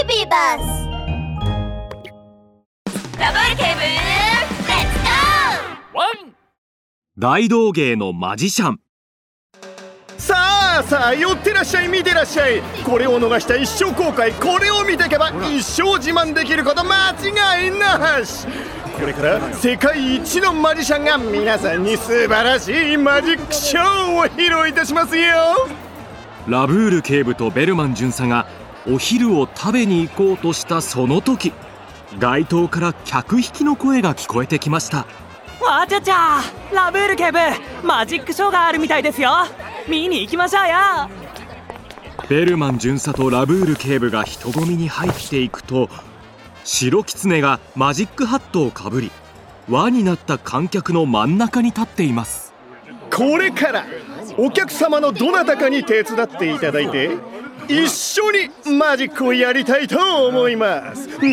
ビーバス。ダブルケーブル、レッツゴー。 大道芸のマジシャン。 さあ寄ってらっしゃい、見てらっしゃい。これを逃した一生後悔。これを見ていけば一生自慢できること間違いなし。これから世界一のマジシャンが皆さんに素晴らしいマジックショーを披露いたしますよ。 ラブール警部とベルマン巡査がお昼を食べに行こうとしたその時、街頭から客引きの声が聞こえてきました。 わちゃちゃ、ラブール警部、マジックショーがあるみたいですよ。見に行きましょうよ。 ベルマン巡査とラブール警部が人混みに入っていくと、白狐がマジックハットをかぶり、輪になった観客の真ん中に立っています。 これからお客様のどなたかに手伝っていただいて、一緒にマジックをやりたいと思います。それで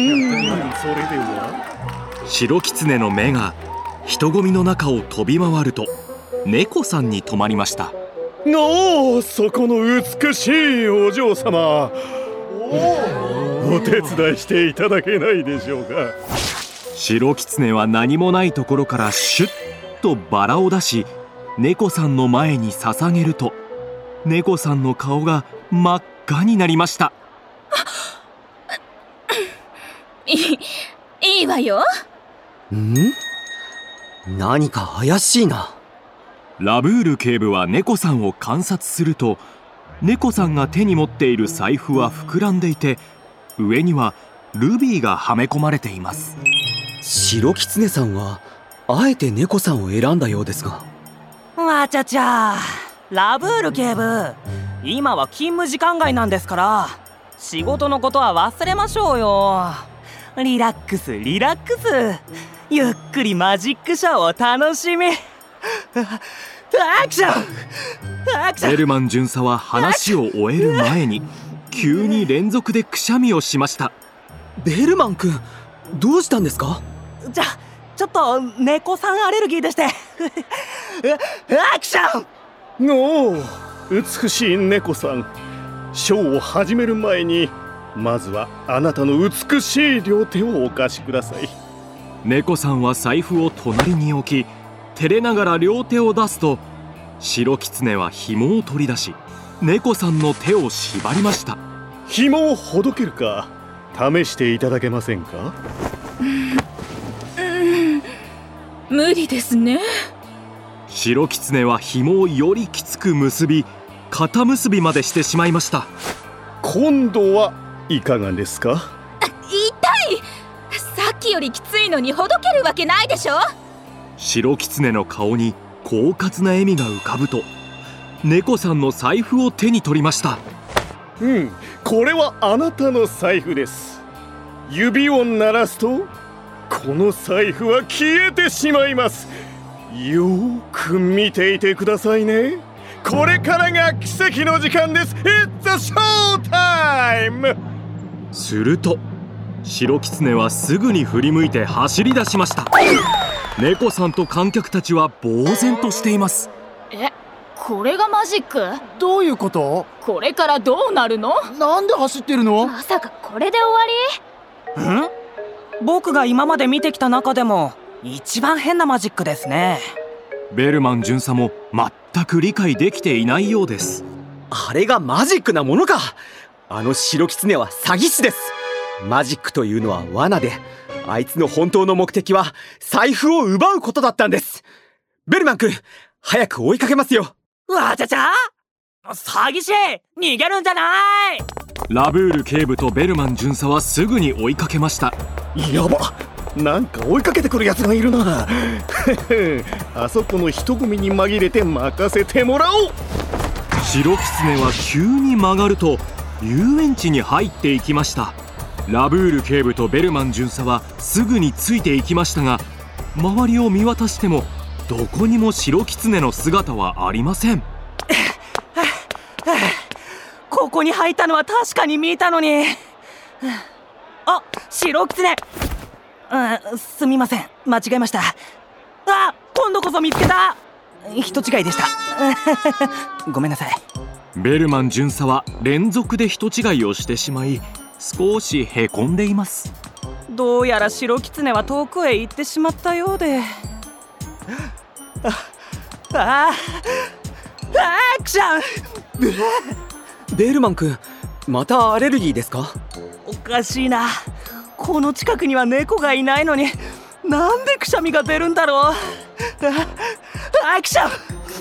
は白狐の目が人混みの中を飛び回ると、猫さんに止まりました。 おお、そこの美しいお嬢様、お手伝いしていただけないでしょうか。 白狐は何もないところからシュッとバラを出し、猫さんの前に捧げると、猫さんの顔が真っ赤になりました。 いいわよ。 何か怪しいな。 ラブール警部は猫さんを観察すると、猫さんが手に持っている財布は膨らんでいて、上にはルビーがはめ込まれています。 白狐さんはあえて猫さんを選んだようですが。 わちゃちゃ、ラブール警部、今は勤務時間外なんですから、仕事のことは忘れましょうよ。リラックスリラックス、ゆっくりマジックショーを楽しみ。アクションアクション。 ベルマン巡査は話を終える前に急に連続でくしゃみをしました。 ベルマン君、どうしたんですか？ ちょっと猫さんアレルギーでして。アクション。 おお、美しい猫さん、ショーを始める前にまずはあなたの美しい両手をお貸しください。 猫さんは財布を隣に置き、照れながら両手を出すと、白狐は紐を取り出し、猫さんの手を縛りました。 紐をほどけるか試していただけませんか？ 無理ですね。 白狐は紐をよりきつく結び、肩結びまでしてしまいました。 今度はいかがですか？ 痛い。さっきよりきついのにほどけるわけないでしょ。 白狐の顔に狡猾な笑みが浮かぶと、猫さんの財布を手に取りました。 これはあなたの財布です。指を鳴らすとこの財布は消えてしまいます。よーく見ていてくださいね。これからが奇跡の時間です。 It's a show time。 すると白狐はすぐに振り向いて走り出しました。猫さんと観客たちは呆然としています。 これがマジック？ どういうこと？ これからどうなるの？ なんで走ってるの？ まさかこれで終わり？ 僕が今まで見てきた中でも一番変なマジックですね。 ベルマン巡査も全く理解できていないようです。 あれがマジックなものか。あの白狐は詐欺師です。マジックというのは罠で、あいつの本当の目的は財布を奪うことだったんです。ベルマン君、早く追いかけますよ。 わちゃちゃ、詐欺師、逃げるんじゃない。 ラブール警部とベルマン巡査はすぐに追いかけました。 やば、なんか追いかけてくるやつがいるな。あそこの人混みに紛れて任せてもらおう。 白狐は急に曲がると遊園地に入っていきました。ラブール警部とベルマン巡査はすぐについていきましたが、周りを見渡してもどこにも白狐の姿はありません。 ここに入ったのは確かに見たのに。あ、白狐。すみません、間違えました。今度こそ見つけた。人違いでした。ごめんなさい。 ベルマン巡査は連続で人違いをしてしまい、 少しへこんでいます。 どうやら白狐は遠くへ行ってしまったようで。アクション。 ベルマン君、またアレルギーですか？ おかしいな。この近くには猫がいないのになんでくしゃみが出るんだろう。アクション。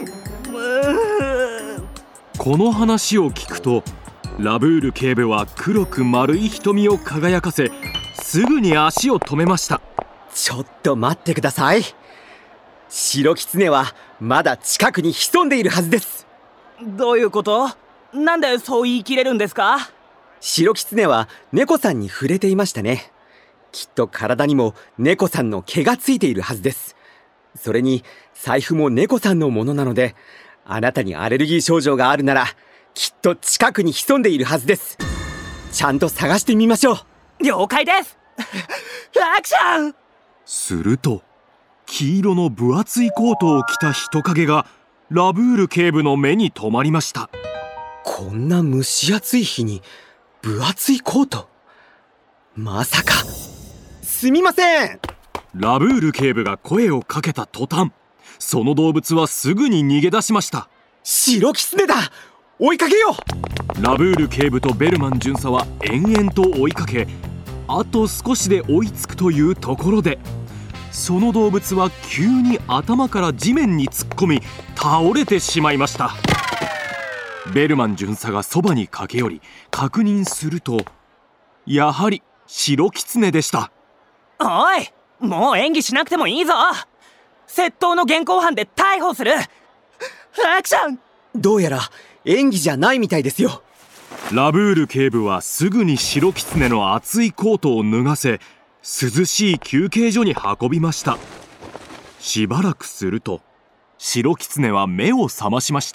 この話を聞くとラブール警部は黒く丸い瞳を輝かせ、すぐに足を止めました。 ちょっと待ってください。白狐はまだ近くに潜んでいるはずです。 どういうこと？なんでそう言い切れるんですか？ 白狐は猫さんに触れていましたね。きっと体にも猫さんの毛がついているはずです。それに財布も猫さんのものなので、あなたにアレルギー症状があるならきっと近くに潜んでいるはずです。ちゃんと探してみましょう。 了解です。アクション。 すると黄色の分厚いコートを着た人影がラブール警部の目に留まりました。 こんな蒸し暑い日に分厚いコート、まさか。すみません。 ラブール警部が声をかけた途端、その動物はすぐに逃げ出しました。 白狐だ。追いかけよう。ラブール警部とベルマン巡査は延々と追いかけ、あと少しで追いつくというところで、その動物は急に頭から地面に突っ込み倒れてしまいました。ベルマン巡査がそばに駆け寄り確認すると、やはり白狐でした。 おい、もう演技しなくてもいいぞ。窃盗の現行犯で逮捕する。アクション。 どうやら演技じゃないみたいですよ。 ラブール警部はすぐに白狐の厚いコートを脱がせ、涼しい休憩所に運びました。しばらくすると白狐は目を覚ましました。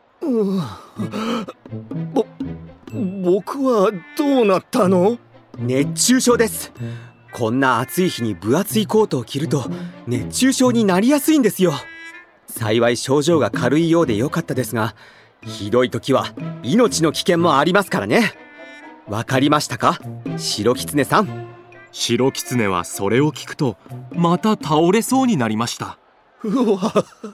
僕はどうなったの？ 熱中症です。こんな暑い日に分厚いコートを着ると熱中症になりやすいんですよ。幸い症状が軽いようでよかったですが、ひどい時は命の危険もありますからね。わかりましたか、白狐さん。 白狐はそれを聞くとまた倒れそうになりました。 うわ、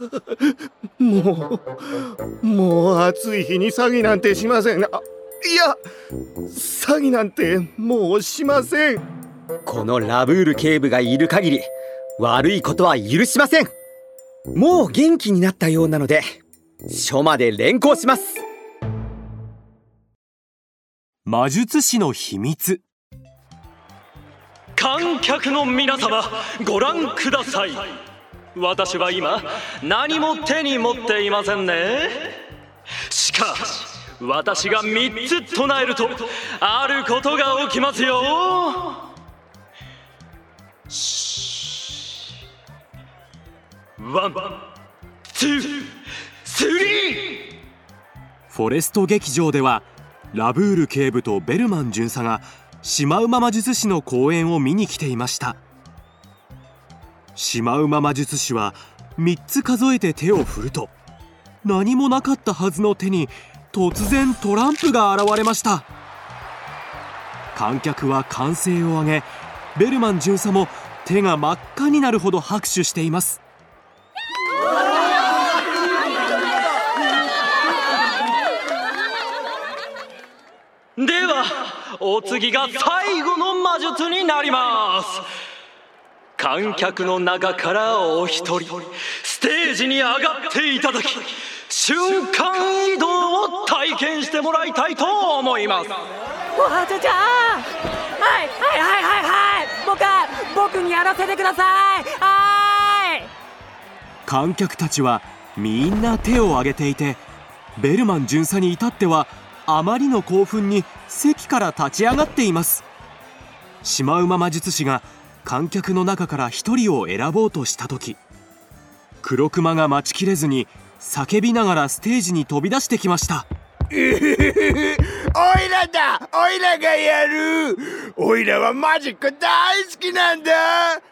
もう暑い日に詐欺なんてしません。いや、詐欺なんてもうしません。 このラブール警部がいる限り悪いことは許しません。もう元気になったようなので署まで連行します。 魔術師の秘密。 観客の皆様、ご覧ください。私は今何も手に持っていませんね。しかし私が3つ唱えるとあることが起きますよ。ワン、ツー、スリー。 フォレスト劇場ではラブール警部とベルマン巡査がシマウマ魔術師の公演を見に来ていました。シマウマ魔術師は3つ数えて手を振ると、何もなかったはずの手に突然トランプが現れました。観客は歓声を上げ、ベルマン巡査も手が真っ赤になるほど拍手しています。 ではお次が最後の魔術になります。観客の中からお一人ステージに上がっていただき、瞬間移動を体験してもらいたいと思います。 わちゃちゃー。はい、僕にやらせてください。はい。 観客たちはみんな手を挙げていて、ベルマン巡査に至ってはあまりの興奮に席から立ち上がっています。シマウマ魔術師が観客の中から一人を選ぼうとした時、黒クマが待ちきれずに叫びながらステージに飛び出してきました。 おいらだ、おいらがやる。おいらはマジック大好きなんだ。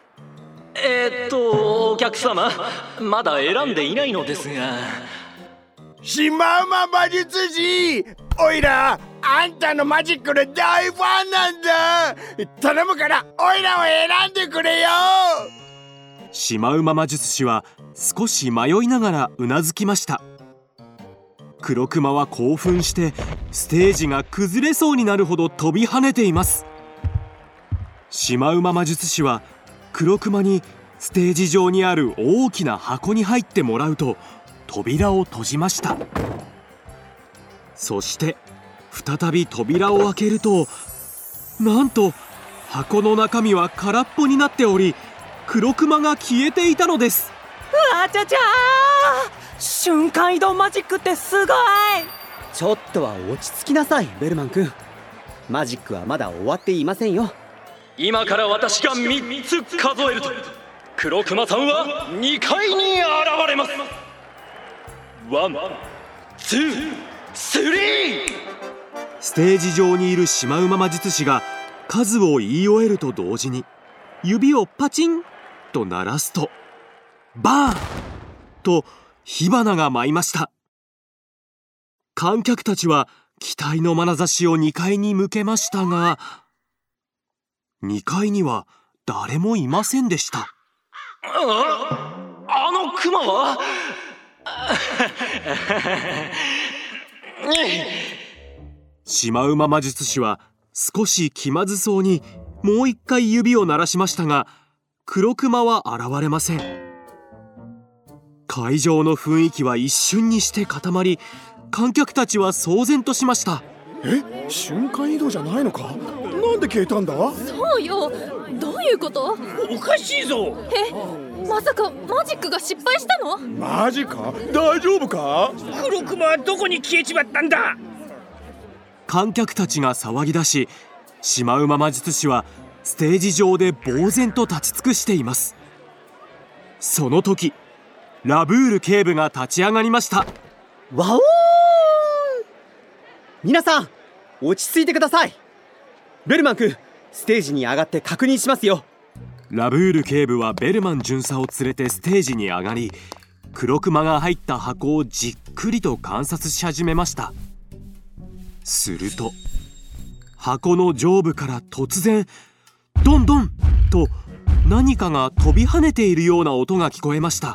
お客様、まだ選んでいないのですが。 シマウマ魔術師、 おいらあんたのマジックの大ファンなんだ。頼むからおいらを選んでくれよ。 シマウマ魔術師は少し迷いながらうなずきました。黒クマは興奮してステージが崩れそうになるほど飛び跳ねています。シマウマ魔術師は黒クマにステージ上にある大きな箱に入ってもらうと扉を閉じました。そして再び扉を開けると、なんと箱の中身は空っぽになっており、黒クマが消えていたのです。 あちゃちゃー、瞬間移動マジックってすごい。 ちょっとは落ち着きなさいベルマン君。マジックはまだ終わっていませんよ。 今から私が3つ数えると黒クマさんは2階に現れます。ワン、ツー、スリー。 ステージ上にいるシマウマ魔術師が数を言い終えると同時に指をパチンと鳴らすと、バーンと火花が舞いました。観客たちは期待の眼差しを2階に向けましたが、2階には誰もいませんでした。 あのクマはシマウマ魔術師は少し気まずそうにもう一回指を鳴らしましたが、黒クマは現れません。会場の雰囲気は一瞬にして固まり、観客たちは騒然としました。 瞬間移動じゃないのか。なんで消えたんだ。 そうよ、どういうこと？ おかしいぞ。 まさかマジックが失敗したの？ マジか、大丈夫か。 黒クマはどこに消えちまったんだ。 観客たちが騒ぎ出し、シマウマ魔術師はステージ上で呆然と立ち尽くしています。その時、ラブール警部が立ち上がりました。 わおーん、皆さん落ち着いてください。ベルマン君、ステージに上がって確認しますよ。 ラブール警部はベルマン巡査を連れてステージに上がり、黒クマが入った箱をじっくりと観察し始めました。すると箱の上部から突然ドンドンと何かが飛び跳ねているような音が聞こえました。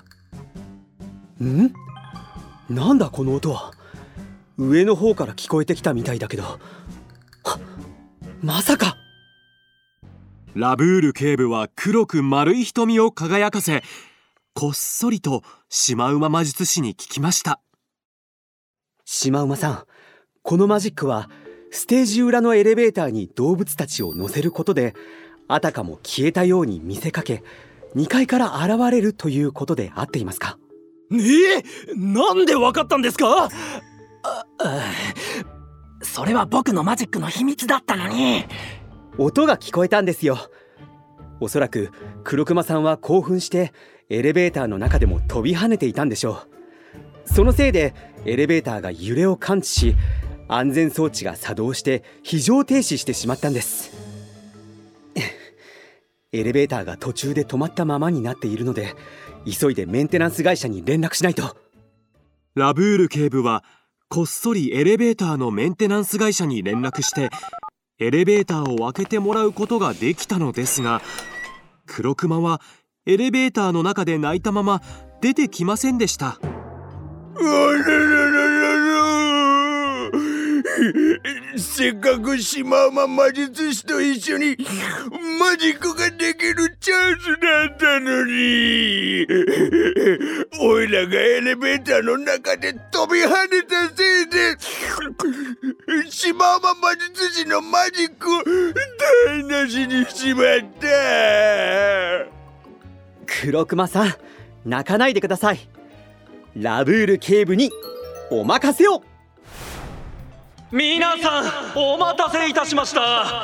なんだこの音は。上の方から聞こえてきたみたいだけど、まさか。 ラブール警部は黒く丸い瞳を輝かせ、こっそりとシマウマ魔術師に聞きました。 シマウマさん、このマジックはステージ裏のエレベーターに動物たちを乗せることで、あたかも消えたように見せかけ2階から現れるということで合っていますか？ なんでわかったんですか？ それは僕のマジックの秘密だったのに。 音が聞こえたんですよ。おそらく黒クマさんは興奮してエレベーターの中でも飛び跳ねていたんでしょう。そのせいでエレベーターが揺れを感知し、安全装置が作動して非常停止してしまったんです。エレベーターが途中で止まったままになっているので、急いでメンテナンス会社に連絡しないと。 ラブール警部はこっそりエレベーターのメンテナンス会社に連絡してエレベーターを開けてもらうことができたのですが、黒クマはエレベーターの中で泣いたまま出てきませんでした。 せっかくシマウマ魔術師と一緒にマジックができるチャンスだったのに、おいらがエレベーターの中で飛び跳ねたせいでシマウマ魔術師のマジックを台無しにしまった。 黒クマさん、泣かないでください。ラブール警部にお任せを。 皆さんお待たせいたしました。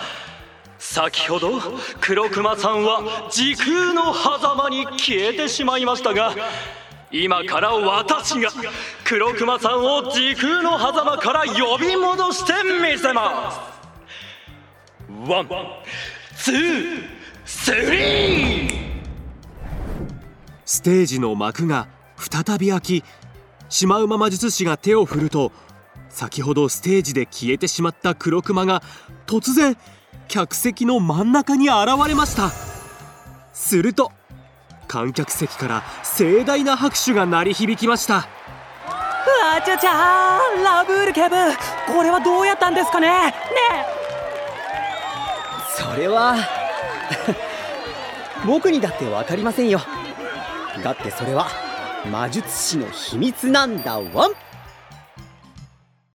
先ほど黒クマさんは時空の狭間に消えてしまいましたが、今から私が黒クマさんを時空の狭間から呼び戻してみせます。ワン、ツー、スリー。 ステージの幕が再び開き、シマウマ魔術師が手を振ると、 先ほどステージで消えてしまった黒クマが突然客席の真ん中に現れました。すると観客席から盛大な拍手が鳴り響きました。 あちゃちゃー、ラブール警部、これはどうやったんですかね。 それは僕にだって分かりませんよ。だってそれは魔術師の秘密なんだワン。